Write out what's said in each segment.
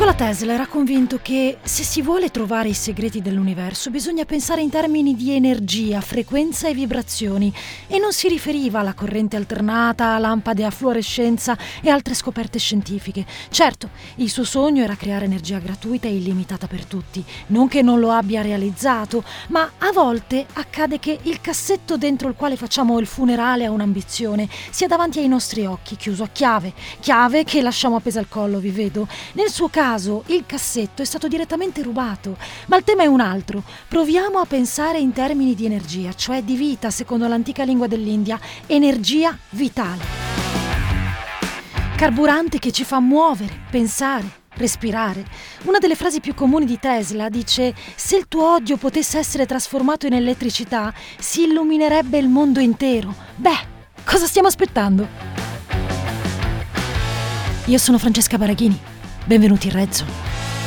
Nikola Tesla era convinto che se si vuole trovare i segreti dell'universo bisogna pensare in termini di energia, frequenza e vibrazioni, e non si riferiva alla corrente alternata, a lampade a fluorescenza e altre scoperte scientifiche. Certo, il suo sogno era creare energia gratuita e illimitata per tutti, non che non lo abbia realizzato, ma a volte accade che il cassetto dentro il quale facciamo il funerale a un'ambizione sia davanti ai nostri occhi, chiuso a chiave che lasciamo appesa al collo, vi vedo. Nel suo caso il cassetto è stato direttamente rubato, ma il tema è un altro. Proviamo a pensare in termini di energia, cioè di vita, secondo l'antica lingua dell'India, energia vitale. Carburante che ci fa muovere, pensare, respirare. Una delle frasi più comuni di Tesla dice: se il tuo odio potesse essere trasformato in elettricità, si illuminerebbe il mondo intero. Beh, cosa stiamo aspettando? Io sono Francesca Baraghini, benvenuti in Rezzo.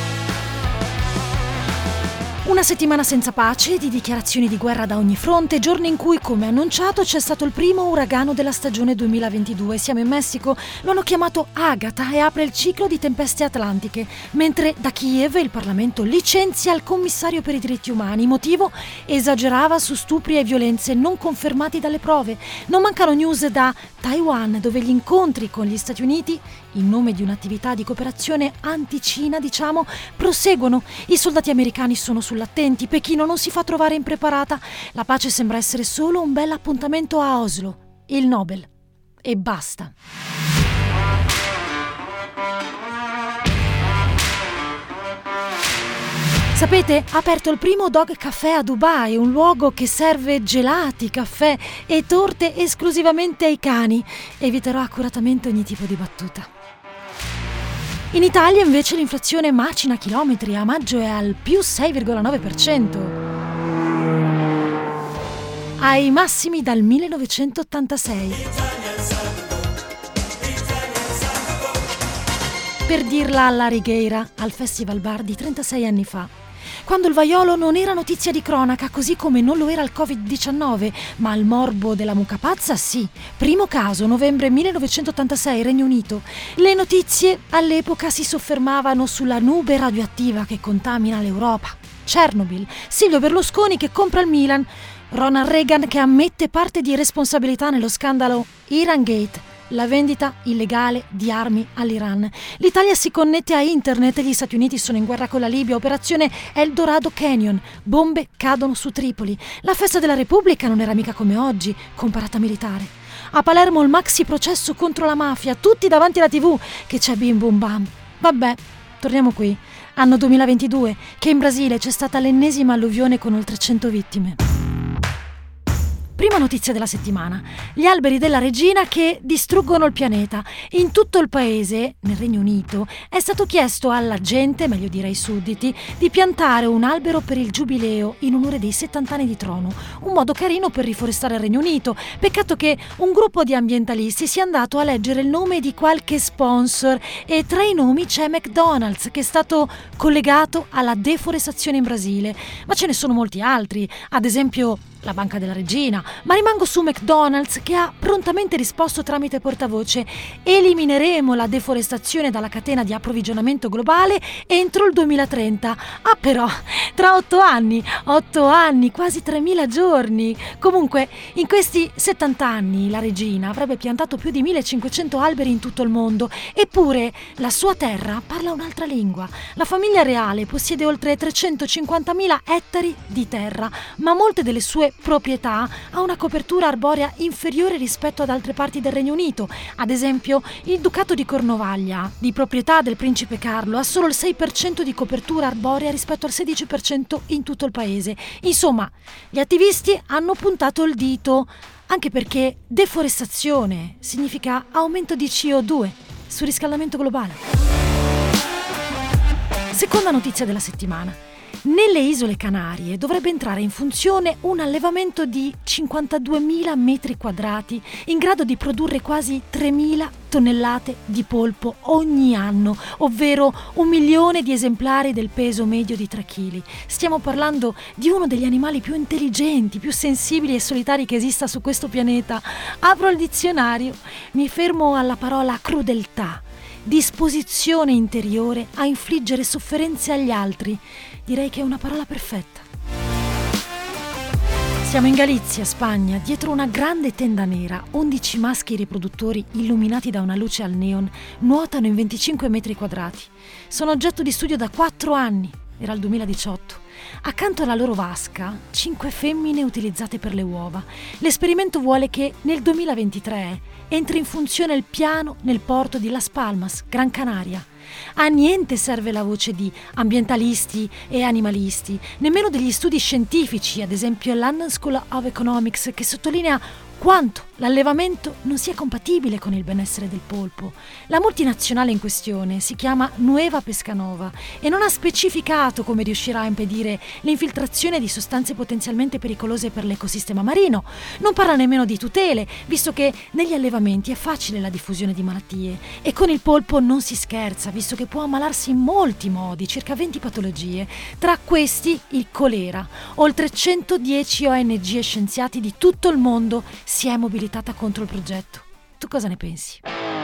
Una settimana senza pace, di dichiarazioni di guerra da ogni fronte, giorni in cui, come annunciato, c'è stato il primo uragano della stagione 2022. Siamo in Messico, lo hanno chiamato Agatha e apre il ciclo di tempeste atlantiche, mentre da Kiev il Parlamento licenzia il commissario per i diritti umani. Motivo? Esagerava su stupri e violenze non confermati dalle prove. Non mancano news da Taiwan, dove gli incontri con gli Stati Uniti, in nome di un'attività di cooperazione anti-Cina, proseguono. I soldati americani sono sull'attenti, Pechino non si fa trovare impreparata. La pace sembra essere solo un bel appuntamento a Oslo, il Nobel. E basta. Sapete, ha aperto il primo Dog Café a Dubai, un luogo che serve gelati, caffè e torte esclusivamente ai cani. Eviterò accuratamente ogni tipo di battuta. In Italia invece l'inflazione macina chilometri, a maggio è al più 6,9%. Ai massimi dal 1986. Per dirla alla Righeira, al Festival Bar di 36 anni fa. Quando il vaiolo non era notizia di cronaca, così come non lo era il Covid-19, ma il morbo della mucca pazza sì. Primo caso, novembre 1986, Regno Unito. Le notizie all'epoca si soffermavano sulla nube radioattiva che contamina l'Europa. Chernobyl, Silvio Berlusconi che compra il Milan, Ronald Reagan che ammette parte di responsabilità nello scandalo Iran Gate, la vendita illegale di armi all'Iran. L'Italia si connette a internet e gli Stati Uniti sono in guerra con la Libia, operazione Eldorado Canyon, bombe cadono su Tripoli. La festa della Repubblica non era mica come oggi, con parata militare. A Palermo il maxi processo contro la mafia, tutti davanti alla TV, che c'è bim bum bam. Vabbè, torniamo qui, anno 2022, che in Brasile c'è stata l'ennesima alluvione con oltre 100 vittime. Prima notizia della settimana: gli alberi della regina che distruggono il pianeta. In tutto il paese, nel Regno Unito, è stato chiesto alla gente, meglio dire ai sudditi, di piantare un albero per il giubileo in onore dei 70 anni di trono. Un modo carino per riforestare il Regno Unito. Peccato che un gruppo di ambientalisti sia andato a leggere il nome di qualche sponsor e tra i nomi c'è McDonald's, che è stato collegato alla deforestazione in Brasile. Ma ce ne sono molti altri, ad esempio la Banca della Regina, ma rimango su McDonald's, che ha prontamente risposto tramite portavoce: elimineremo la deforestazione dalla catena di approvvigionamento globale entro il 2030. Ah però, tra 8 anni, quasi 3.000 giorni. Comunque, in questi 70 anni la regina avrebbe piantato più di 1.500 alberi in tutto il mondo, eppure la sua terra parla un'altra lingua. La famiglia reale possiede oltre 350.000 ettari di terra, ma molte delle sue proprietà ha una copertura arborea inferiore rispetto ad altre parti del Regno Unito. Ad esempio, il Ducato di Cornovaglia, di proprietà del principe Carlo, ha solo il 6% di copertura arborea rispetto al 16% in tutto il paese. Insomma, gli attivisti hanno puntato il dito, anche perché deforestazione significa aumento di CO2, surriscaldamento globale. Seconda notizia della settimana. Nelle isole Canarie dovrebbe entrare in funzione un allevamento di 52.000 metri quadrati in grado di produrre quasi 3.000 tonnellate di polpo ogni anno, ovvero 1 milione di esemplari del peso medio di 3 kg. Stiamo parlando di uno degli animali più intelligenti, più sensibili e solitari che esista su questo pianeta. Apro il dizionario, mi fermo alla parola crudeltà. disposizione interiore a infliggere sofferenze agli altri. Direi che è una parola perfetta. Siamo in Galizia, Spagna, dietro una grande tenda nera. 11 maschi riproduttori illuminati da una luce al neon nuotano in 25 metri quadrati. Sono oggetto di studio da 4 anni. Era il 2018. Accanto alla loro vasca, 5 femmine utilizzate per le uova. L'esperimento vuole che nel 2023 entri in funzione il piano nel porto di Las Palmas, Gran Canaria. A niente serve la voce di ambientalisti e animalisti, nemmeno degli studi scientifici, ad esempio London School of Economics, che sottolinea quanto l'allevamento non sia compatibile con il benessere del polpo. La multinazionale in questione si chiama Nueva Pescanova e non ha specificato come riuscirà a impedire l'infiltrazione di sostanze potenzialmente pericolose per l'ecosistema marino. Non parla nemmeno di tutele, visto che negli allevamenti è facile la diffusione di malattie e con il polpo non si scherza, visto che può ammalarsi in molti modi, circa 20 patologie, tra questi il colera. Oltre 110 ONG e scienziati di tutto il mondo si è mobilitata contro il progetto. Tu cosa ne pensi?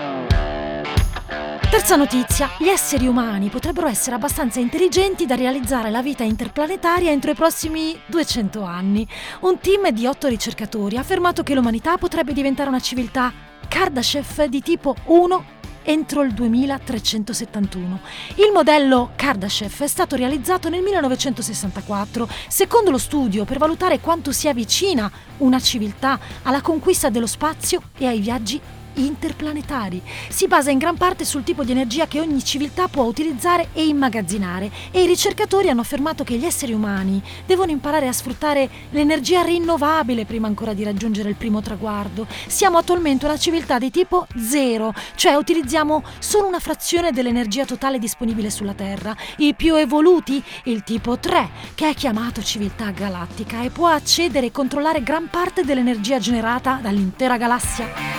Terza notizia, gli esseri umani potrebbero essere abbastanza intelligenti da realizzare la vita interplanetaria entro i prossimi 200 anni. Un team di 8 ricercatori ha affermato che l'umanità potrebbe diventare una civiltà Kardashev di tipo 1 entro il 2371. Il modello Kardashev è stato realizzato nel 1964, secondo lo studio, per valutare quanto sia vicina una civiltà alla conquista dello spazio e ai viaggi interplanetari. Si basa in gran parte sul tipo di energia che ogni civiltà può utilizzare e immagazzinare, e i ricercatori hanno affermato che gli esseri umani devono imparare a sfruttare l'energia rinnovabile prima ancora di raggiungere il primo traguardo. Siamo attualmente una civiltà di tipo 0, cioè utilizziamo solo una frazione dell'energia totale disponibile sulla Terra. I più evoluti, il tipo 3, che è chiamato civiltà galattica e può accedere e controllare gran parte dell'energia generata dall'intera galassia.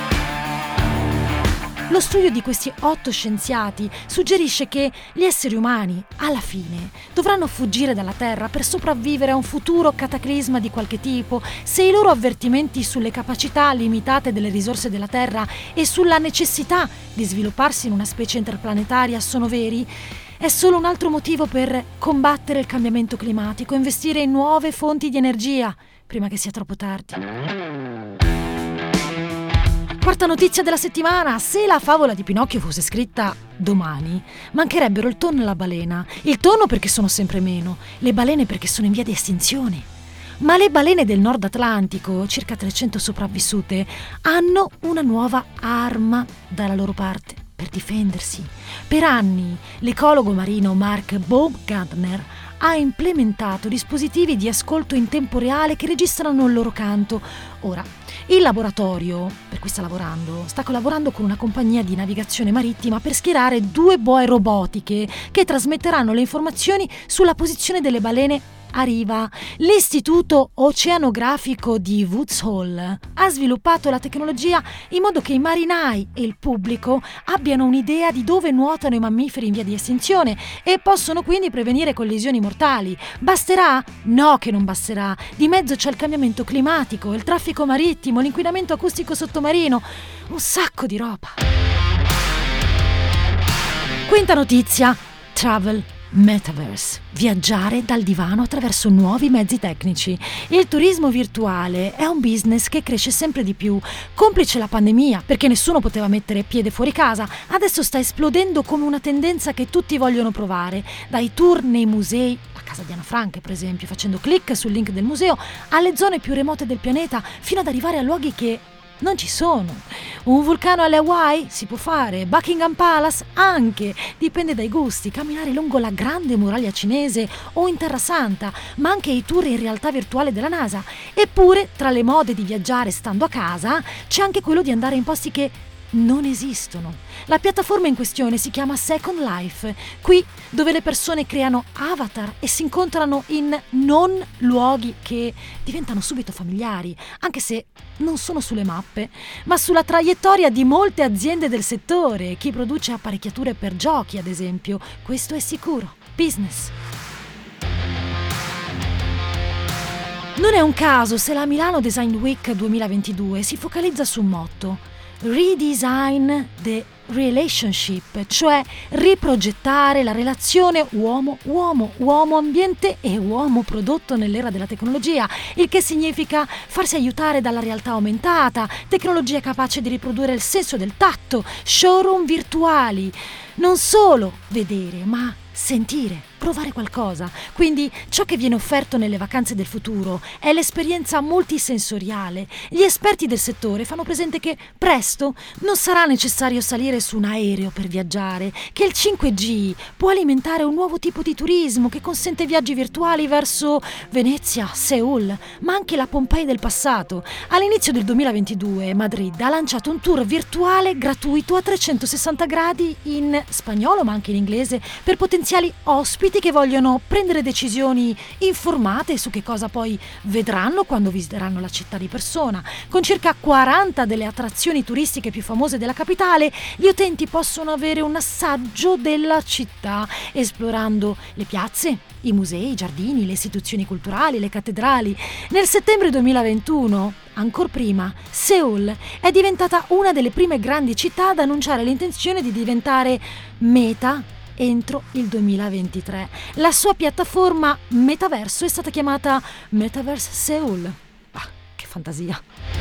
Lo studio di questi 8 scienziati suggerisce che gli esseri umani, alla fine, dovranno fuggire dalla Terra per sopravvivere a un futuro cataclisma di qualche tipo. Se i loro avvertimenti sulle capacità limitate delle risorse della Terra e sulla necessità di svilupparsi in una specie interplanetaria sono veri, è solo un altro motivo per combattere il cambiamento climatico e investire in nuove fonti di energia prima che sia troppo tardi. Quarta notizia della settimana: se la favola di Pinocchio fosse scritta domani, mancherebbero il tonno e la balena. Il tonno perché sono sempre meno, le balene perché sono in via di estinzione. Ma le balene del Nord Atlantico, circa 300 sopravvissute, hanno una nuova arma dalla loro parte per difendersi. Per anni l'ecologo marino Mark Baumgartner ha implementato dispositivi di ascolto in tempo reale che registrano il loro canto. Ora, il laboratorio per cui sta collaborando con una compagnia di navigazione marittima per schierare 2 boe robotiche che trasmetteranno le informazioni sulla posizione delle balene a riva. L'Istituto Oceanografico di Woods Hole ha sviluppato la tecnologia in modo che i marinai e il pubblico abbiano un'idea di dove nuotano i mammiferi in via di estinzione e possono quindi prevenire collisioni mortali. Basterà? No, che non basterà. Di mezzo c'è il cambiamento climatico, il traffico marittimo, l'inquinamento acustico sottomarino, un sacco di roba. Quinta notizia: travel Metaverse, viaggiare dal divano attraverso nuovi mezzi tecnici. Il turismo virtuale è un business che cresce sempre di più. Complice la pandemia, perché nessuno poteva mettere piede fuori casa, adesso sta esplodendo come una tendenza che tutti vogliono provare. Dai tour nei musei, la casa di Anna Frank per esempio, facendo click sul link del museo, alle zone più remote del pianeta, fino ad arrivare a luoghi che non ci sono. Un vulcano alle Hawaii? Si può fare. Buckingham Palace? Anche. Dipende dai gusti. Camminare lungo la grande muraglia cinese o in Terra Santa, ma anche i tour in realtà virtuale della NASA. Eppure, tra le mode di viaggiare stando a casa, c'è anche quello di andare in posti che non esistono. La piattaforma in questione si chiama Second Life, qui dove le persone creano avatar e si incontrano in non luoghi che diventano subito familiari, anche se non sono sulle mappe, ma sulla traiettoria di molte aziende del settore, chi produce apparecchiature per giochi ad esempio. Questo è sicuro. Business. Non è un caso se la Milano Design Week 2022 si focalizza su un motto: Redesign the relationship, cioè riprogettare la relazione uomo-uomo, uomo-ambiente e uomo prodotto nell'era della tecnologia, il che significa farsi aiutare dalla realtà aumentata, tecnologia capace di riprodurre il senso del tatto, showroom virtuali, non solo vedere ma sentire, provare qualcosa. Quindi ciò che viene offerto nelle vacanze del futuro è l'esperienza multisensoriale. Gli esperti del settore fanno presente che presto non sarà necessario salire su un aereo per viaggiare, che il 5G può alimentare un nuovo tipo di turismo che consente viaggi virtuali verso Venezia, Seoul, ma anche la Pompei del passato. All'inizio del 2022 Madrid ha lanciato un tour virtuale gratuito a 360 gradi in spagnolo ma anche in inglese per potenziali ospiti che vogliono prendere decisioni informate su che cosa poi vedranno quando visiteranno la città di persona. Con circa 40 delle attrazioni turistiche più famose della capitale, gli utenti possono avere un assaggio della città, esplorando le piazze, i musei, i giardini, le istituzioni culturali, le cattedrali. Nel settembre 2021, ancor prima, Seoul è diventata una delle prime grandi città ad annunciare l'intenzione di diventare meta entro il 2023. La sua piattaforma metaverso è stata chiamata Metaverse Seoul. Ah, che fantasia!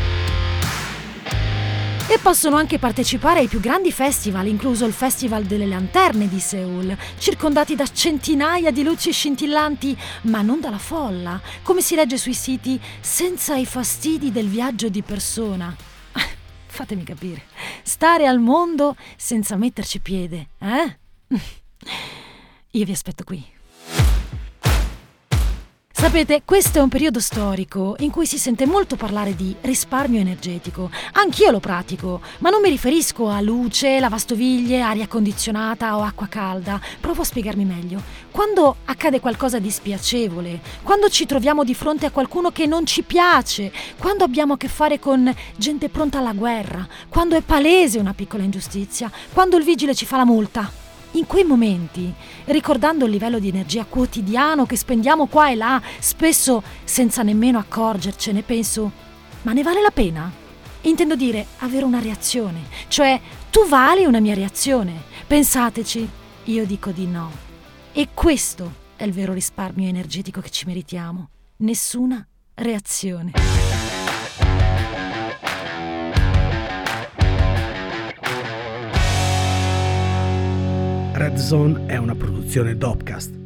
E possono anche partecipare ai più grandi festival, incluso il Festival delle Lanterne di Seoul, circondati da centinaia di luci scintillanti, ma non dalla folla, come si legge sui siti, senza i fastidi del viaggio di persona. Fatemi capire, stare al mondo senza metterci piede, eh? Io vi aspetto qui. Sapete, questo è un periodo storico in cui si sente molto parlare di risparmio energetico. Anch'io lo pratico, ma non mi riferisco a luce, lavastoviglie, aria condizionata o acqua calda. Provo a spiegarmi meglio. Quando accade qualcosa di spiacevole, quando ci troviamo di fronte a qualcuno che non ci piace, quando abbiamo a che fare con gente pronta alla guerra, quando è palese una piccola ingiustizia, quando il vigile ci fa la multa. In quei momenti, ricordando il livello di energia quotidiano che spendiamo qua e là, spesso senza nemmeno accorgercene, penso, ma ne vale la pena? Intendo dire, avere una reazione, cioè tu vali una mia reazione. Pensateci, io dico di no. E questo è il vero risparmio energetico che ci meritiamo. Nessuna reazione. Red Zone è una produzione Dopcast.